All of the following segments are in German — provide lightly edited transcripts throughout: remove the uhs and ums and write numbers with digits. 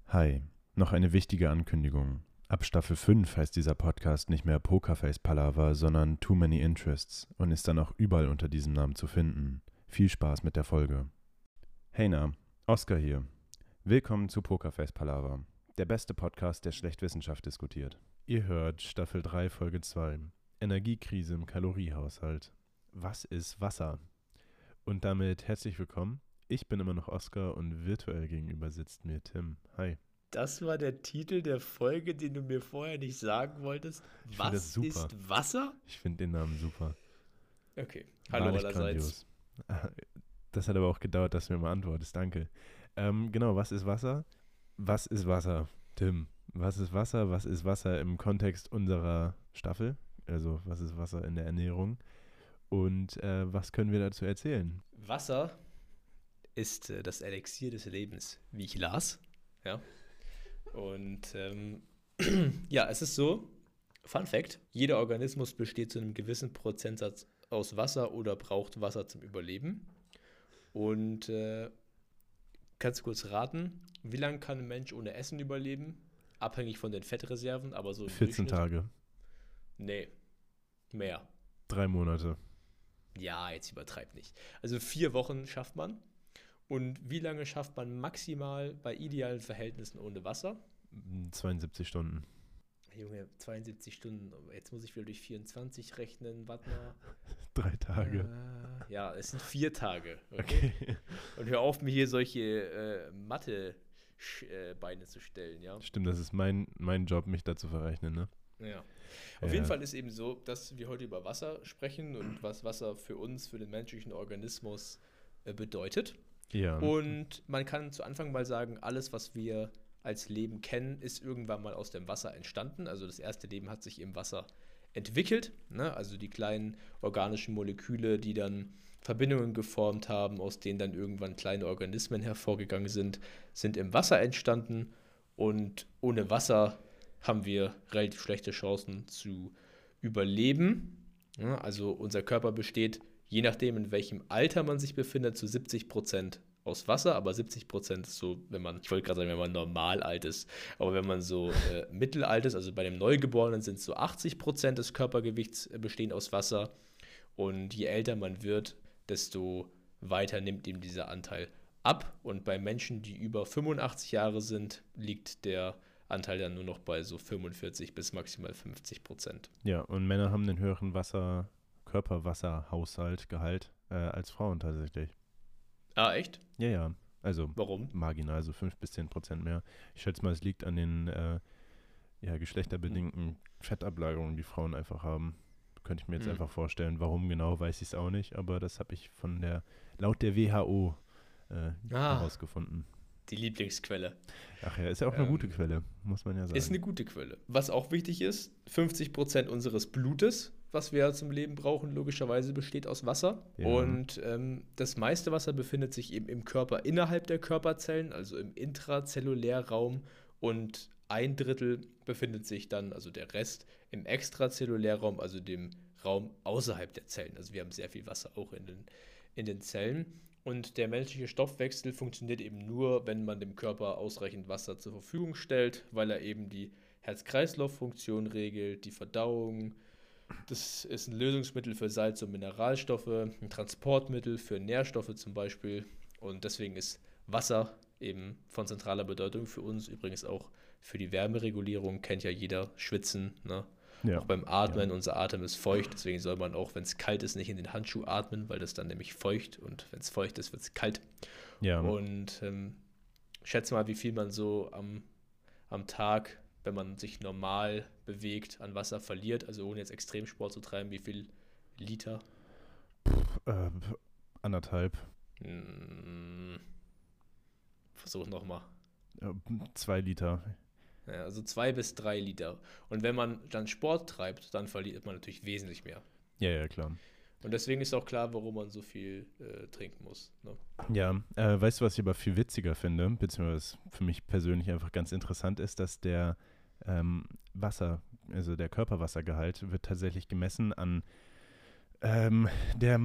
Hi, noch eine wichtige Ankündigung. Ab Staffel 5 heißt dieser Podcast nicht mehr Pokerface Palaver, sondern Too Many Interests und ist dann auch überall unter diesem Namen zu finden. Viel Spaß mit der Folge. Hey na, Oscar hier. Willkommen zu Pokerface Palaver, der beste Podcast, der schlecht Wissenschaft diskutiert. Ihr hört Staffel 3, Folge 2. Energiekrise im Kaloriehaushalt. Was ist Wasser? Und damit herzlich willkommen. Ich bin immer noch Oscar und virtuell gegenüber sitzt mir Tim. Hi. Das war der Titel der Folge, den du mir vorher nicht sagen wolltest. Ich finde das Was super. ist Wasser? Ich finde den Namen super. Okay, hallo Wahrlich allerseits. grandios. Das hat aber auch gedauert, dass du mir mal antwortest. Danke. Genau, was ist Wasser? Was ist Wasser, Tim? Was ist Wasser? Was ist Wasser im Kontext unserer Staffel? Also, was ist Wasser in der Ernährung? Und was können wir dazu erzählen? Wasser ist das Elixier des Lebens, wie ich las. Ja. Und ja, es ist so, Fun Fact, jeder Organismus besteht zu einem gewissen Prozentsatz aus Wasser oder braucht Wasser zum Überleben. Und kannst du kurz raten, wie lange kann ein Mensch ohne Essen überleben? Abhängig von den Fettreserven, aber so im 14 Durchschnitt? Tage, Nee, mehr. 3 Monate, Ja, jetzt übertreib nicht. Also 4 Wochen schafft man. Und wie lange schafft man maximal bei idealen Verhältnissen ohne Wasser? 72 Stunden. Junge, 72 Stunden. Jetzt muss ich wieder durch 24 rechnen. Warte mal. 3 Tage. Ja, es sind 4 Tage. Okay? Okay. Und hör auf, mir hier solche Mathe-Beine zu stellen, ja? Stimmt, das ist mein Job, mich da zu verrechnen, ne? Ja. Auf jeden Fall ist eben so, dass wir heute über Wasser sprechen und was Wasser für uns, für den menschlichen Organismus bedeutet. Ja. Und man kann zu Anfang mal sagen, alles, was wir als Leben kennen, ist irgendwann mal aus dem Wasser entstanden. Also das erste Leben hat sich im Wasser entwickelt. Ne? Also die kleinen organischen Moleküle, die dann Verbindungen geformt haben, aus denen dann irgendwann kleine Organismen hervorgegangen sind, sind im Wasser entstanden. Und ohne Wasser haben wir relativ schlechte Chancen zu überleben. Ja, also unser Körper besteht, je nachdem in welchem Alter man sich befindet, zu 70% aus Wasser, aber 70% ist so, wenn man, ich wollte gerade sagen, wenn man normal alt ist, aber wenn man so mittelalt ist, also bei dem Neugeborenen sind es so 80% des Körpergewichts bestehen aus Wasser und je älter man wird, desto weiter nimmt ihm dieser Anteil ab und bei Menschen, die über 85 Jahre sind, liegt der Anteil dann nur noch bei so 45 bis maximal 50%. Ja, und Männer haben den höheren Körperwassergehalt als Frauen tatsächlich. Ah, echt? Ja. Also Warum? marginal, so 5-10% mehr. Ich schätze mal, es liegt an den geschlechterbedingten Fettablagerungen, die Frauen einfach haben. Könnte ich mir jetzt einfach vorstellen. Warum genau, weiß ich es auch nicht, aber das habe ich laut der WHO herausgefunden. Die Lieblingsquelle. Ach ja, ist ja auch eine gute Quelle, muss man ja sagen. Ist eine gute Quelle. Was auch wichtig ist, 50% unseres Blutes, was wir zum Leben brauchen, logischerweise besteht aus Wasser. Ja. Und das meiste Wasser befindet sich eben im Körper innerhalb der Körperzellen, also im Intrazellulärraum. Und 1/3 befindet sich dann, also der Rest, im Extrazellulärraum, also dem Raum außerhalb der Zellen. Also wir haben sehr viel Wasser auch in den Zellen. Und der menschliche Stoffwechsel funktioniert eben nur, wenn man dem Körper ausreichend Wasser zur Verfügung stellt, weil er eben die Herz-Kreislauf-Funktion regelt, die Verdauung. Das ist ein Lösungsmittel für Salz- und Mineralstoffe, ein Transportmittel für Nährstoffe zum Beispiel. Und deswegen ist Wasser eben von zentraler Bedeutung für uns, übrigens auch für die Wärmeregulierung, kennt ja jeder, Schwitzen, ne? Ja. Auch beim Atmen, unser Atem ist feucht, deswegen soll man auch, wenn es kalt ist, nicht in den Handschuh atmen, weil das dann nämlich feucht und wenn es feucht ist, wird es kalt. Ja. Und schätze mal, wie viel man so am Tag, wenn man sich normal bewegt, an Wasser verliert, also ohne jetzt Extremsport zu treiben, wie viel Liter? 1,5. Versuch nochmal. 2 Liter. Ja, also 2 bis 3 Liter. Und wenn man dann Sport treibt, dann verliert man natürlich wesentlich mehr. Ja, klar. Und deswegen ist auch klar, warum man so viel trinken muss. Ne? Ja, weißt du, was ich aber viel witziger finde, beziehungsweise für mich persönlich einfach ganz interessant ist, dass der der Körperwassergehalt wird tatsächlich gemessen an der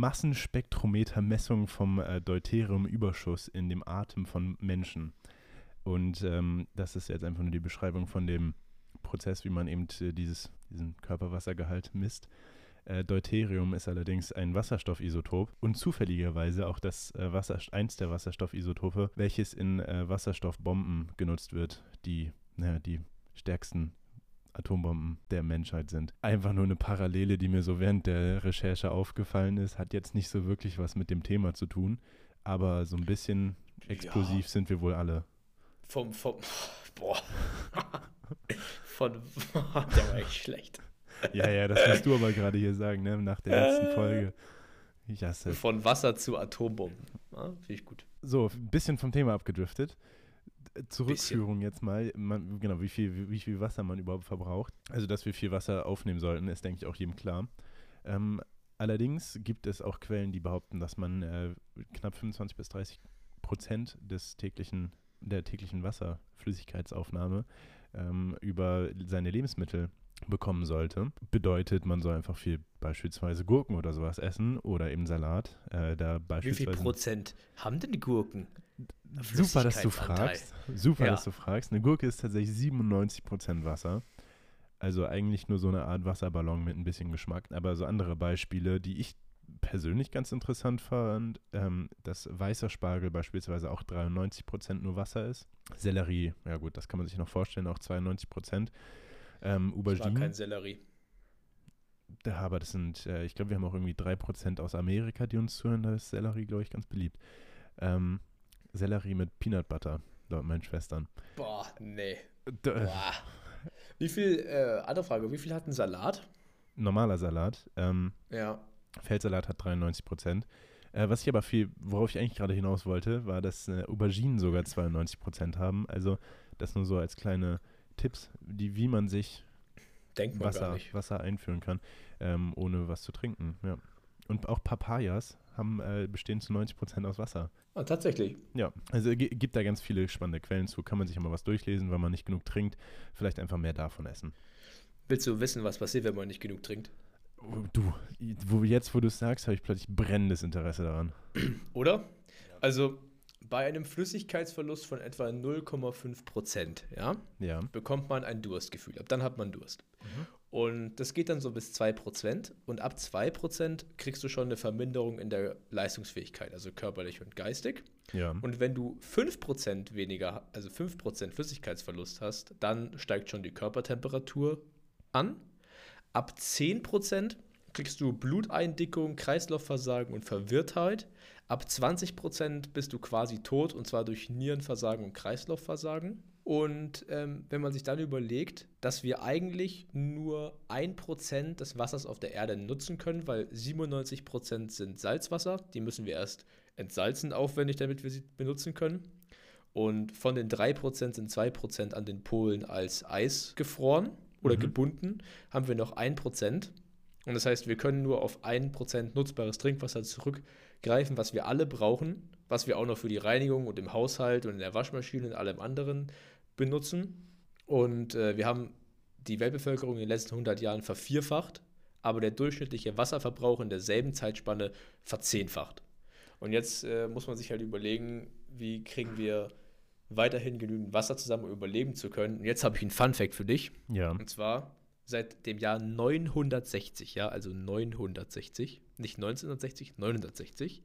Massenspektrometermessung vom Deuteriumüberschuss in dem Atem von Menschen. Und das ist jetzt einfach nur die Beschreibung von dem Prozess, wie man eben diesen Körperwassergehalt misst. Deuterium ist allerdings ein Wasserstoffisotop und zufälligerweise auch eins der Wasserstoffisotope, welches in Wasserstoffbomben genutzt wird, die stärksten Atombomben der Menschheit sind. Einfach nur eine Parallele, die mir so während der Recherche aufgefallen ist, hat jetzt nicht so wirklich was mit dem Thema zu tun, aber so ein bisschen explosiv sind wir wohl alle. Boah. Der war echt schlecht. Ja, das musst du aber gerade hier sagen, ne? Nach der letzten Folge. Ich hasse es. Von Wasser zu Atombomben. Ja, finde ich gut. So, ein bisschen vom Thema abgedriftet. Zurückführung jetzt mal, wie viel Wasser man überhaupt verbraucht. Also, dass wir viel Wasser aufnehmen sollten, ist, denke ich, auch jedem klar. Allerdings gibt es auch Quellen, die behaupten, dass man knapp 25-30% der täglichen Wasserflüssigkeitsaufnahme über seine Lebensmittel bekommen sollte. Bedeutet, man soll einfach viel beispielsweise Gurken oder sowas essen oder eben Salat. Wie viel Prozent haben denn die Gurken? Super, dass du fragst. Dass du fragst. Eine Gurke ist tatsächlich 97% Wasser. Also eigentlich nur so eine Art Wasserballon mit ein bisschen Geschmack. Aber so andere Beispiele, die ich persönlich ganz interessant fand, dass weißer Spargel beispielsweise auch 93% nur Wasser ist. Sellerie, ja gut, das kann man sich noch vorstellen, auch 92%. Aubergine. Ich mag kein Sellerie. Aber das sind, ich glaube, wir haben auch irgendwie 3% aus Amerika, die uns zuhören. Da ist Sellerie, glaube ich, ganz beliebt. Sellerie mit Peanut Butter, laut meinen Schwestern. Boah, nee. Boah. Andere Frage, wie viel hat ein Salat? Normaler Salat. Ja. Feldsalat hat 93%. Worauf ich eigentlich gerade hinaus wollte, war, dass Auberginen sogar 92% haben. Also das nur so als kleine Tipps, wie man sich Wasser einführen kann, ohne was zu trinken. Ja. Und auch Papayas bestehen zu 90% aus Wasser. Ah, tatsächlich? Ja, also gibt da ganz viele spannende Quellen zu. Kann man sich immer was durchlesen, wenn man nicht genug trinkt. Vielleicht einfach mehr davon essen. Willst du wissen, was passiert, wenn man nicht genug trinkt? Du, wo du es sagst, habe ich plötzlich brennendes Interesse daran. Oder? Ja. Also bei einem Flüssigkeitsverlust von etwa 0,5%, ja, bekommt man ein Durstgefühl. Ab dann hat man Durst. Mhm. Und das geht dann so bis 2%. Und ab 2% kriegst du schon eine Verminderung in der Leistungsfähigkeit, also körperlich und geistig. Ja. Und wenn du 5% weniger, also 5% Flüssigkeitsverlust hast, dann steigt schon die Körpertemperatur an. Ab 10% kriegst du Bluteindickung, Kreislaufversagen und Verwirrtheit. Ab 20% bist du quasi tot, und zwar durch Nierenversagen und Kreislaufversagen. Und wenn man sich dann überlegt, dass wir eigentlich nur 1% des Wassers auf der Erde nutzen können, weil 97% sind Salzwasser, die müssen wir erst entsalzen aufwendig, damit wir sie benutzen können. Und von den 3% sind 2% an den Polen als Eis gefroren oder gebunden, haben wir noch 1%. Und das heißt, wir können nur auf 1% nutzbares Trinkwasser zurückgreifen, was wir alle brauchen, was wir auch noch für die Reinigung und im Haushalt und in der Waschmaschine und allem anderen benutzen. Und wir haben die Weltbevölkerung in den letzten 100 Jahren vervierfacht, aber der durchschnittliche Wasserverbrauch in derselben Zeitspanne verzehnfacht. Und jetzt muss man sich halt überlegen, wie kriegen wir weiterhin genügend Wasser zusammen, um überleben zu können. Und jetzt habe ich einen Funfact für dich. Ja. Und zwar seit dem Jahr 960, ja, also 960, nicht 1960, 960,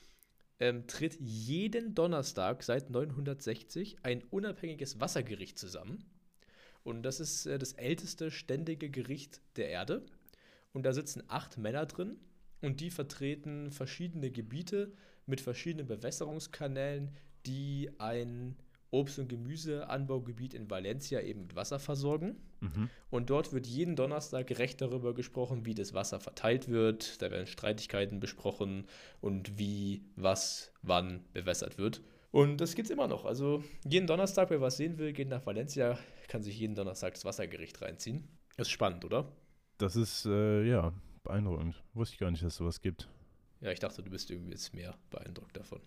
tritt jeden Donnerstag seit 960 ein unabhängiges Wassergericht zusammen. Und das ist das älteste ständige Gericht der Erde. Und da sitzen 8 Männer drin und die vertreten verschiedene Gebiete mit verschiedenen Bewässerungskanälen, die ein Obst- und Gemüseanbaugebiet in Valencia eben mit Wasser versorgen. Mhm. Und dort wird jeden Donnerstag gerecht darüber gesprochen, wie das Wasser verteilt wird. Da werden Streitigkeiten besprochen und wie, was, wann bewässert wird. Und das gibt es immer noch. Also jeden Donnerstag, wer was sehen will, geht nach Valencia, kann sich jeden Donnerstag das Wassergericht reinziehen. Das ist spannend, oder? Das ist, beeindruckend. Wusste ich gar nicht, dass es sowas gibt. Ja, ich dachte, du bist irgendwie jetzt mehr beeindruckt davon.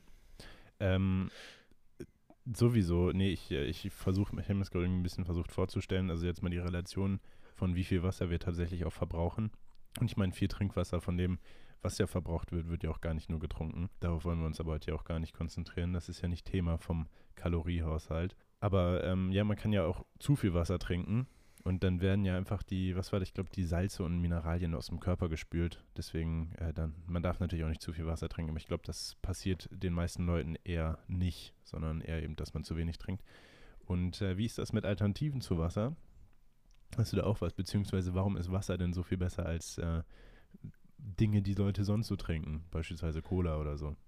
Sowieso, nee, ich habe es gerade ein bisschen versucht vorzustellen, also jetzt mal die Relation von wie viel Wasser wir tatsächlich auch verbrauchen. Und ich meine, viel Trinkwasser von dem, was ja verbraucht wird, wird ja auch gar nicht nur getrunken. Darauf wollen wir uns aber heute ja auch gar nicht konzentrieren. Das ist ja nicht Thema vom Kaloriehaushalt. Aber ja, man kann ja auch zu viel Wasser trinken und dann werden ja einfach ich glaube, die Salze und Mineralien aus dem Körper gespült. Deswegen, man darf natürlich auch nicht zu viel Wasser trinken, aber ich glaube, das passiert den meisten Leuten eher nicht, sondern eher eben, dass man zu wenig trinkt. Und wie ist das mit Alternativen zu Wasser? Hast du da auch was? Beziehungsweise warum ist Wasser denn so viel besser als Dinge, die Leute sonst so trinken? Beispielsweise Cola oder so.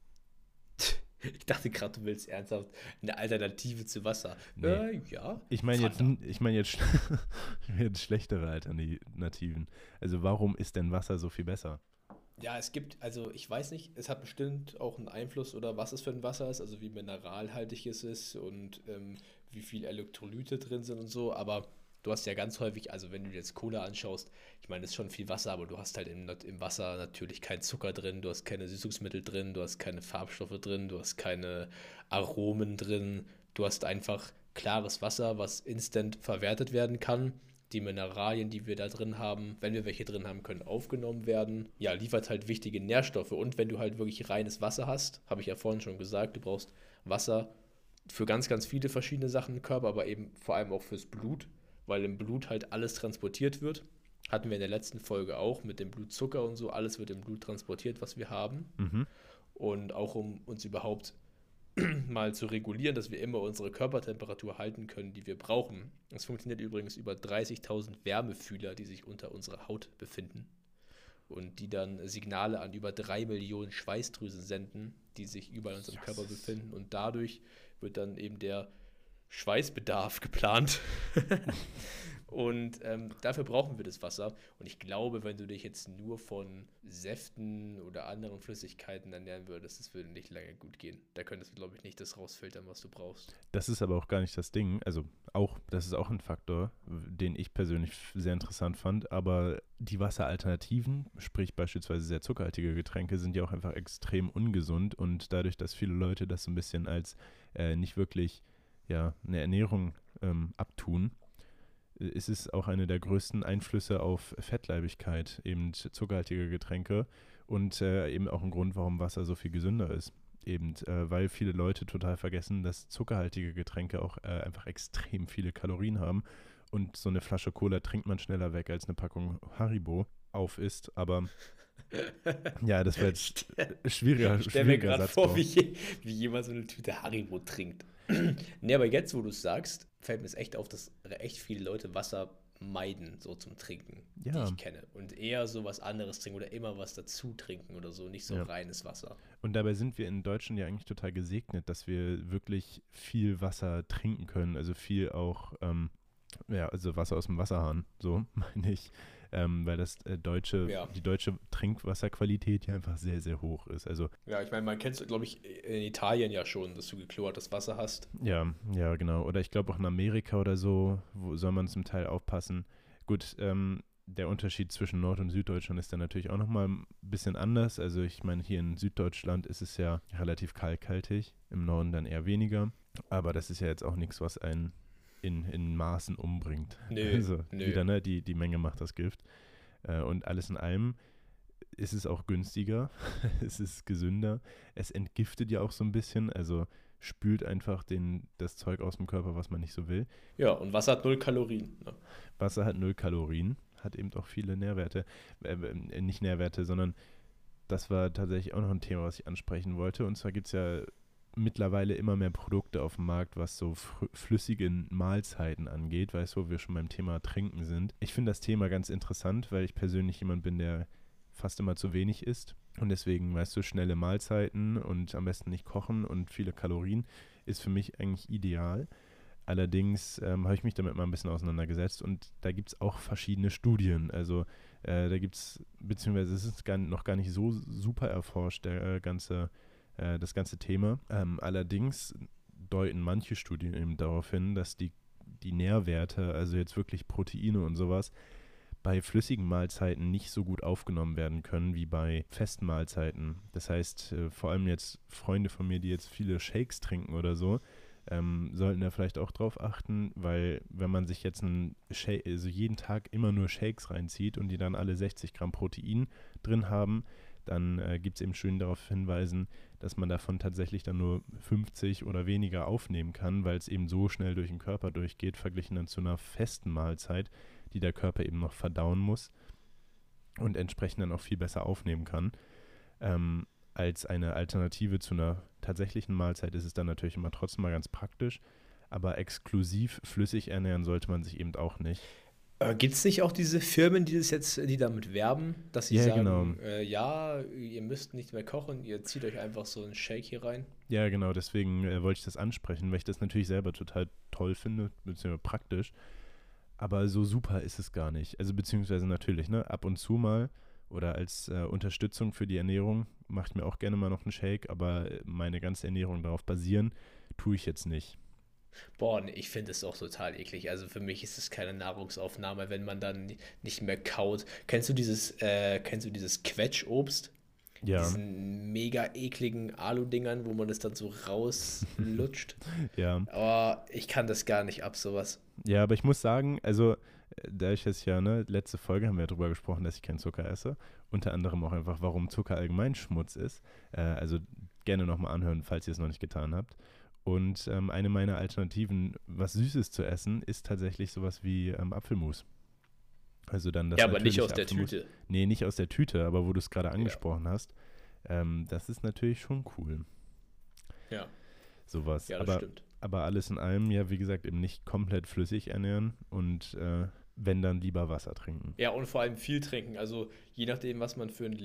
Ich dachte gerade, du willst ernsthaft eine Alternative zu Wasser. Nee. Ja, Ich meine jetzt, Fanta. ich meine jetzt, ich meine jetzt schlechtere Alternativen. Also warum ist denn Wasser so viel besser? Ja, es gibt, also ich weiß nicht, es hat bestimmt auch einen Einfluss oder was es für ein Wasser ist, also wie mineralhaltig es ist und wie viel Elektrolyte drin sind und so, aber du hast ja ganz häufig, also wenn du dir jetzt Cola anschaust, ich meine, es ist schon viel Wasser, aber du hast halt im Wasser natürlich keinen Zucker drin, du hast keine Süßungsmittel drin, du hast keine Farbstoffe drin, du hast keine Aromen drin, du hast einfach klares Wasser, was instant verwertet werden kann. Die Mineralien, die wir da drin haben, wenn wir welche drin haben, können aufgenommen werden. Ja, liefert halt wichtige Nährstoffe. Und wenn du halt wirklich reines Wasser hast, habe ich ja vorhin schon gesagt, du brauchst Wasser für ganz, ganz viele verschiedene Sachen im Körper, aber eben vor allem auch fürs Blut, weil im Blut halt alles transportiert wird. Hatten wir in der letzten Folge auch mit dem Blutzucker und so. Alles wird im Blut transportiert, was wir haben. Mhm. Und auch um uns überhaupt mal zu regulieren, dass wir immer unsere Körpertemperatur halten können, die wir brauchen. Das funktioniert übrigens über 30.000 Wärmefühler, die sich unter unserer Haut befinden und die dann Signale an über 3 Millionen Schweißdrüsen senden, die sich überall in unserem Körper befinden und dadurch wird dann eben der Schweißbedarf geplant. Und dafür brauchen wir das Wasser. Und ich glaube, wenn du dich jetzt nur von Säften oder anderen Flüssigkeiten ernähren würdest, das würde nicht lange gut gehen. Da könntest du, glaube ich, nicht das rausfiltern, was du brauchst. Das ist aber auch gar nicht das Ding. Also das ist auch ein Faktor, den ich persönlich sehr interessant fand. Aber die Wasseralternativen, sprich beispielsweise sehr zuckerhaltige Getränke, sind ja auch einfach extrem ungesund. Und dadurch, dass viele Leute das so ein bisschen als nicht wirklich eine Ernährung abtun, ist es auch eine der größten Einflüsse auf Fettleibigkeit, eben zuckerhaltige Getränke und eben auch ein Grund, warum Wasser so viel gesünder ist. Eben, weil viele Leute total vergessen, dass zuckerhaltige Getränke auch einfach extrem viele Kalorien haben und so eine Flasche Cola trinkt man schneller weg, als eine Packung Haribo auf ist, aber ja, das wäre jetzt Ich stelle mir schwieriger gerade vor, Satzbau. wie jemand so eine Tüte Haribo trinkt. Ne, aber jetzt, wo du es sagst, fällt mir es echt auf, dass echt viele Leute Wasser meiden, so zum Trinken, die Ja, ich kenne. Und eher so was anderes trinken oder immer was dazu trinken oder so, nicht so ja. reines Wasser. Und dabei sind wir in Deutschland ja eigentlich total gesegnet, dass wir wirklich viel Wasser trinken können. Also viel auch, also Wasser aus dem Wasserhahn, so meine ich. Weil Ja. die deutsche Trinkwasserqualität ja einfach sehr, sehr hoch ist. Also Ja, ich meine, man kennt es, glaube ich, in Italien ja schon, dass du geklortes Wasser hast. ja, genau. Oder ich glaube auch in Amerika oder so, wo soll man zum Teil aufpassen. Gut, der Unterschied zwischen Nord- und Süddeutschland ist dann natürlich auch nochmal ein bisschen anders. Also ich meine, hier in Süddeutschland ist es ja relativ kalkhaltig, im Norden dann eher weniger. Aber das ist ja jetzt auch nichts, was einen in Maßen umbringt. Nö, Also nö. wieder, ne, die Menge macht das Gift. Und alles in allem ist es auch günstiger, es ist gesünder, es entgiftet ja auch so ein bisschen, also spült einfach das Zeug aus dem Körper, was man nicht so will. Ja, und Wasser hat 0 Kalorien. Ne? Wasser hat 0 Kalorien, hat eben auch viele Nährwerte, nicht Nährwerte, sondern das war tatsächlich auch noch ein Thema, was ich ansprechen wollte. Und zwar gibt es ja mittlerweile immer mehr Produkte auf dem Markt, was so flüssige Mahlzeiten angeht, weißt du, wo wir schon beim Thema Trinken sind. Ich finde das Thema ganz interessant, weil ich persönlich jemand bin, der fast immer zu wenig isst. Und deswegen, weißt du, schnelle Mahlzeiten und am besten nicht kochen und viele Kalorien ist für mich eigentlich ideal. Allerdings habe ich mich damit mal ein bisschen auseinandergesetzt und da gibt es auch verschiedene Studien. Also da gibt es, beziehungsweise es ist noch gar nicht so super erforscht, das ganze Thema. Allerdings deuten manche Studien eben darauf hin, dass die Nährwerte, also jetzt wirklich Proteine und sowas, bei flüssigen Mahlzeiten nicht so gut aufgenommen werden können wie bei festen Mahlzeiten. Das heißt, vor allem jetzt Freunde von mir, die jetzt viele Shakes trinken oder so, sollten da vielleicht auch drauf achten, weil wenn man sich jetzt also jeden Tag immer nur Shakes reinzieht und die dann alle 60 Gramm Protein drin haben, dann gibt es eben schön darauf hinweisen, dass man davon tatsächlich dann nur 50 oder weniger aufnehmen kann, weil es eben so schnell durch den Körper durchgeht, verglichen dann zu einer festen Mahlzeit, die der Körper eben noch verdauen muss und entsprechend dann auch viel besser aufnehmen kann. Als eine Alternative zu einer tatsächlichen Mahlzeit ist es dann natürlich immer trotzdem mal ganz praktisch, aber exklusiv flüssig ernähren sollte man sich eben auch nicht. Gibt es nicht auch diese Firmen, die damit werben, dass sie Ja, sagen, genau. ja, ihr müsst nicht mehr kochen, ihr zieht euch einfach so einen Shake hier rein? Ja, genau, deswegen wollte ich das ansprechen, weil ich das natürlich selber total toll finde, beziehungsweise praktisch, aber so super ist es gar nicht. Also beziehungsweise natürlich, ne, ab und zu mal oder als Unterstützung für die Ernährung mache ich mir auch gerne mal noch einen Shake, aber meine ganze Ernährung darauf basieren, tue ich jetzt nicht. Boah, nee, ich finde es auch total eklig. Also für mich ist es keine Nahrungsaufnahme, wenn man dann nicht mehr kaut. Kennst du dieses Quetschobst? Ja, Diesen mega ekligen Alu-Dingern, wo man das dann so rauslutscht. ja. Aber ich kann das gar nicht ab, sowas. Ja, aber ich muss sagen, also da ich jetzt ja, ne, letzte Folge haben wir ja drüber gesprochen, dass ich keinen Zucker esse. Unter anderem auch einfach, warum Zucker allgemein Schmutz ist. Also gerne nochmal anhören, falls ihr es noch nicht getan habt. Und eine meiner Alternativen, was Süßes zu essen, ist tatsächlich sowas wie Apfelmus. Also dann das Ja, aber nicht natürliche aus der Apfelmus. Tüte. Nee, nicht aus der Tüte, aber wo du es gerade Ja, angesprochen hast. Das ist natürlich schon cool, ja, sowas. ja, das Aber, stimmt. aber alles in allem, ja, wie gesagt, eben nicht komplett flüssig ernähren und wenn dann lieber Wasser trinken. Ja, und vor allem viel trinken. Also je nachdem, was man für ein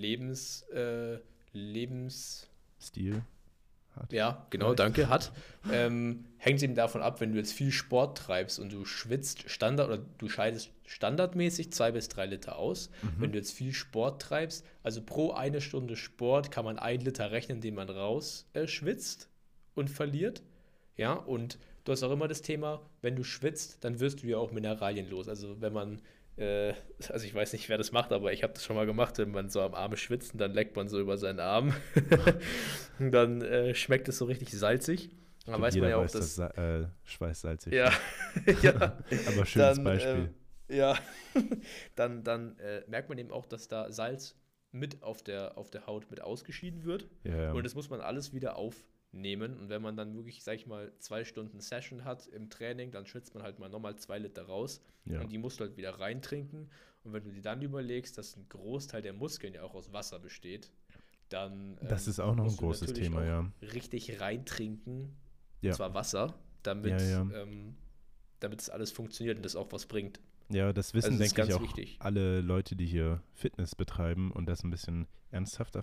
Lebens Stil hat ja, genau, vielleicht. danke, hat, hängt eben davon ab, wenn du jetzt viel Sport treibst und du schwitzt du scheidest standardmäßig 2 bis 3 Liter aus. Mhm. Wenn du jetzt viel Sport treibst, also pro 1 Stunde Sport kann man 1 Liter rechnen, den man raus schwitzt und verliert. Ja, und du hast auch immer das Thema, wenn du schwitzt, dann wirst du ja auch Mineralien los. Also wenn man äh, also ich weiß nicht, wer das macht, aber ich habe das schon mal gemacht, wenn man so am Arm schwitzt und dann leckt man so über seinen Arm. Und dann schmeckt es so richtig salzig. Ich Dann glaube, weiß man ja jeder auch, weiß, dass dass. Schweiß salzig Ja, schmeckt. ja, Aber schönes dann, Beispiel. ja, dann merkt man eben auch, dass da Salz mit auf der Haut mit ausgeschieden wird. Ja, ja. Und das muss man alles wieder aufnehmen. Und wenn man dann wirklich, sag ich mal, 2 Stunden Session hat im Training, dann schwitzt man halt mal nochmal 2 Liter raus. Ja. Und die musst du halt wieder reintrinken. Und wenn du dir dann überlegst, dass ein Großteil der Muskeln ja auch aus Wasser besteht, dann Das ist auch noch ein musst du großes natürlich Thema, auch ja. richtig reintrinken. Und Ja, zwar Wasser, ja, ja. damit es alles funktioniert und das auch was bringt. Ja, das wissen, Also das ist denke ich, ganz auch wichtig. alle Leute, die hier Fitness betreiben und das ein bisschen ernsthafter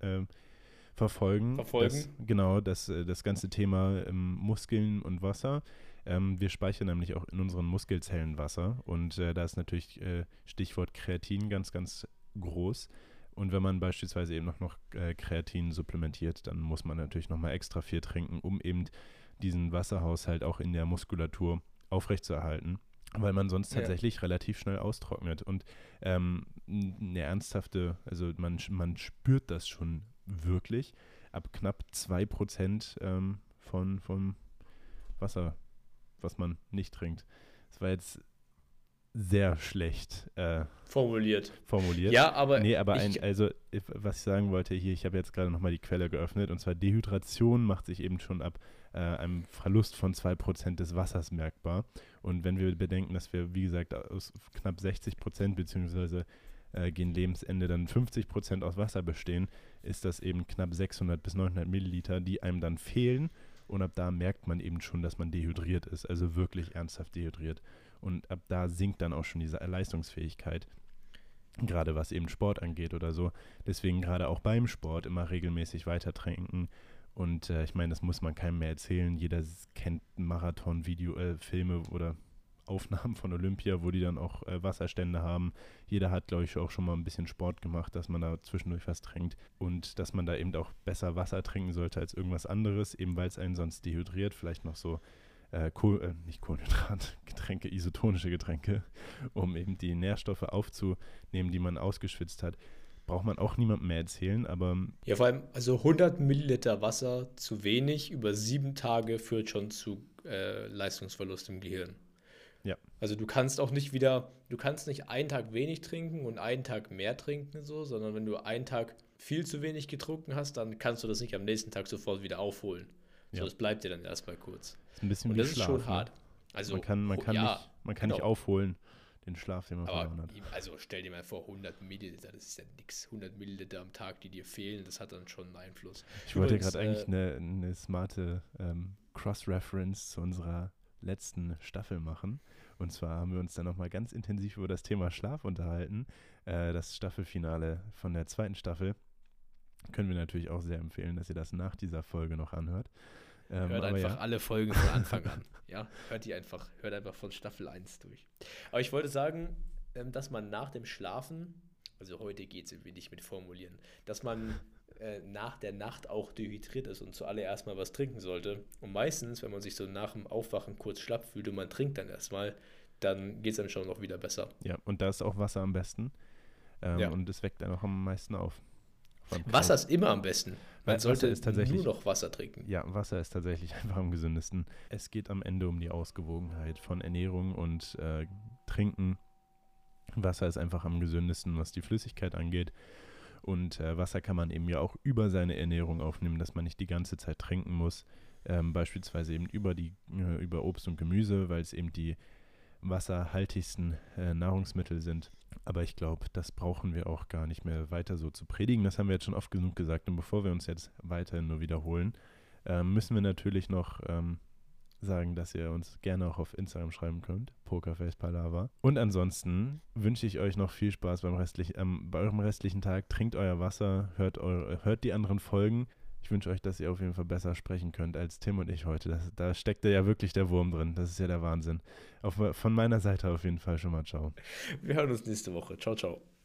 verfolgen. Verfolgen. Genau, das ganze Thema Muskeln und Wasser. Wir speichern nämlich auch in unseren Muskelzellen Wasser und da ist natürlich Stichwort Kreatin ganz, ganz groß. Und wenn man beispielsweise eben noch Kreatin supplementiert, dann muss man natürlich nochmal extra viel trinken, um eben diesen Wasserhaushalt auch in der Muskulatur aufrechtzuerhalten, weil man sonst Ja. tatsächlich relativ schnell austrocknet. Und eine ernsthafte, also man spürt das schon wirklich ab knapp 2% vom Wasser, was man nicht trinkt. Das war jetzt sehr schlecht Formuliert. formuliert. Ja, aber Nee, aber ich, was ich sagen wollte hier, ich habe jetzt gerade nochmal die Quelle geöffnet und zwar Dehydration macht sich eben schon ab einem Verlust von 2% des Wassers merkbar. Und wenn wir bedenken, dass wir, wie gesagt, aus knapp 60% beziehungsweise gegen Lebensende dann 50% aus Wasser bestehen, ist das eben knapp 600 bis 900 Milliliter, die einem dann fehlen. Und ab da merkt man eben schon, dass man dehydriert ist, also wirklich ernsthaft dehydriert. Und ab da sinkt dann auch schon diese Leistungsfähigkeit, gerade was eben Sport angeht oder so. Deswegen gerade auch beim Sport immer regelmäßig weiter trinken. Und ich meine, das muss man keinem mehr erzählen. Jeder kennt Marathon-Filme oder Aufnahmen von Olympia, wo die dann auch Wasserstände haben. Jeder hat, glaube ich, auch schon mal ein bisschen Sport gemacht, dass man da zwischendurch was trinkt und dass man da eben auch besser Wasser trinken sollte als irgendwas anderes, eben weil es einen sonst dehydriert. Vielleicht noch so nicht Kohlenhydratgetränke, isotonische Getränke, um eben die Nährstoffe aufzunehmen, die man ausgeschwitzt hat. Braucht man auch niemandem mehr erzählen, aber ja, vor allem, also 100 Milliliter Wasser zu wenig über 7 Tage führt schon zu Leistungsverlust im Gehirn. ja, Also du kannst nicht einen Tag wenig trinken und einen Tag mehr trinken, so, sondern wenn du einen Tag viel zu wenig getrunken hast, dann kannst du das nicht am nächsten Tag sofort wieder aufholen. So, das bleibt dir dann erstmal kurz. Ist ein bisschen Und wie das ist Schlaf, schon ne? hart. Also, Man kann genau. nicht aufholen, den Schlaf, den man Aber verloren hat. also stell dir mal vor, 100 Milliliter, das ist ja nix. 100 Milliliter am Tag, die dir fehlen, das hat dann schon einen Einfluss. Ich wollte Übrigens, gerade eigentlich eine smarte Cross-Reference zu unserer letzten Staffel machen. Und zwar haben wir uns dann nochmal ganz intensiv über das Thema Schlaf unterhalten. Das Staffelfinale von der 2. Staffel können wir natürlich auch sehr empfehlen, dass ihr das nach dieser Folge noch anhört. Hört einfach alle Folgen von Anfang an. Ja, hört einfach von Staffel 1 durch. Aber ich wollte sagen, dass man nach dem Schlafen, also heute geht es irgendwie nicht mit Formulieren, dass man nach der Nacht auch dehydriert ist und zuallererst mal was trinken sollte. Und meistens, wenn man sich so nach dem Aufwachen kurz schlapp fühlt und man trinkt dann erstmal, dann geht es einem schon noch wieder besser. Ja, und da ist auch Wasser am besten. Ja. Und es weckt einen auch am meisten auf. Wasser ist immer am besten. Man sollte tatsächlich nur noch Wasser trinken. Ja, Wasser ist tatsächlich einfach am gesündesten. Es geht am Ende um die Ausgewogenheit von Ernährung und Trinken. Wasser ist einfach am gesündesten, was die Flüssigkeit angeht. Und Wasser kann man eben ja auch über seine Ernährung aufnehmen, dass man nicht die ganze Zeit trinken muss. Beispielsweise eben über Obst und Gemüse, weil es eben die wasserhaltigsten Nahrungsmittel sind. Aber ich glaube, das brauchen wir auch gar nicht mehr weiter so zu predigen. Das haben wir jetzt schon oft genug gesagt. Und bevor wir uns jetzt weiterhin nur wiederholen, müssen wir natürlich noch sagen, dass ihr uns gerne auch auf Instagram schreiben könnt, PokerfacePalava. Und ansonsten wünsche ich euch noch viel Spaß bei eurem restlichen Tag. Trinkt euer Wasser, hört die anderen Folgen. Ich wünsche euch, dass ihr auf jeden Fall besser sprechen könnt als Tim und ich heute. Da steckt ja wirklich der Wurm drin. Das ist ja der Wahnsinn. Von meiner Seite auf jeden Fall schon mal ciao. Wir hören uns nächste Woche. Ciao, ciao.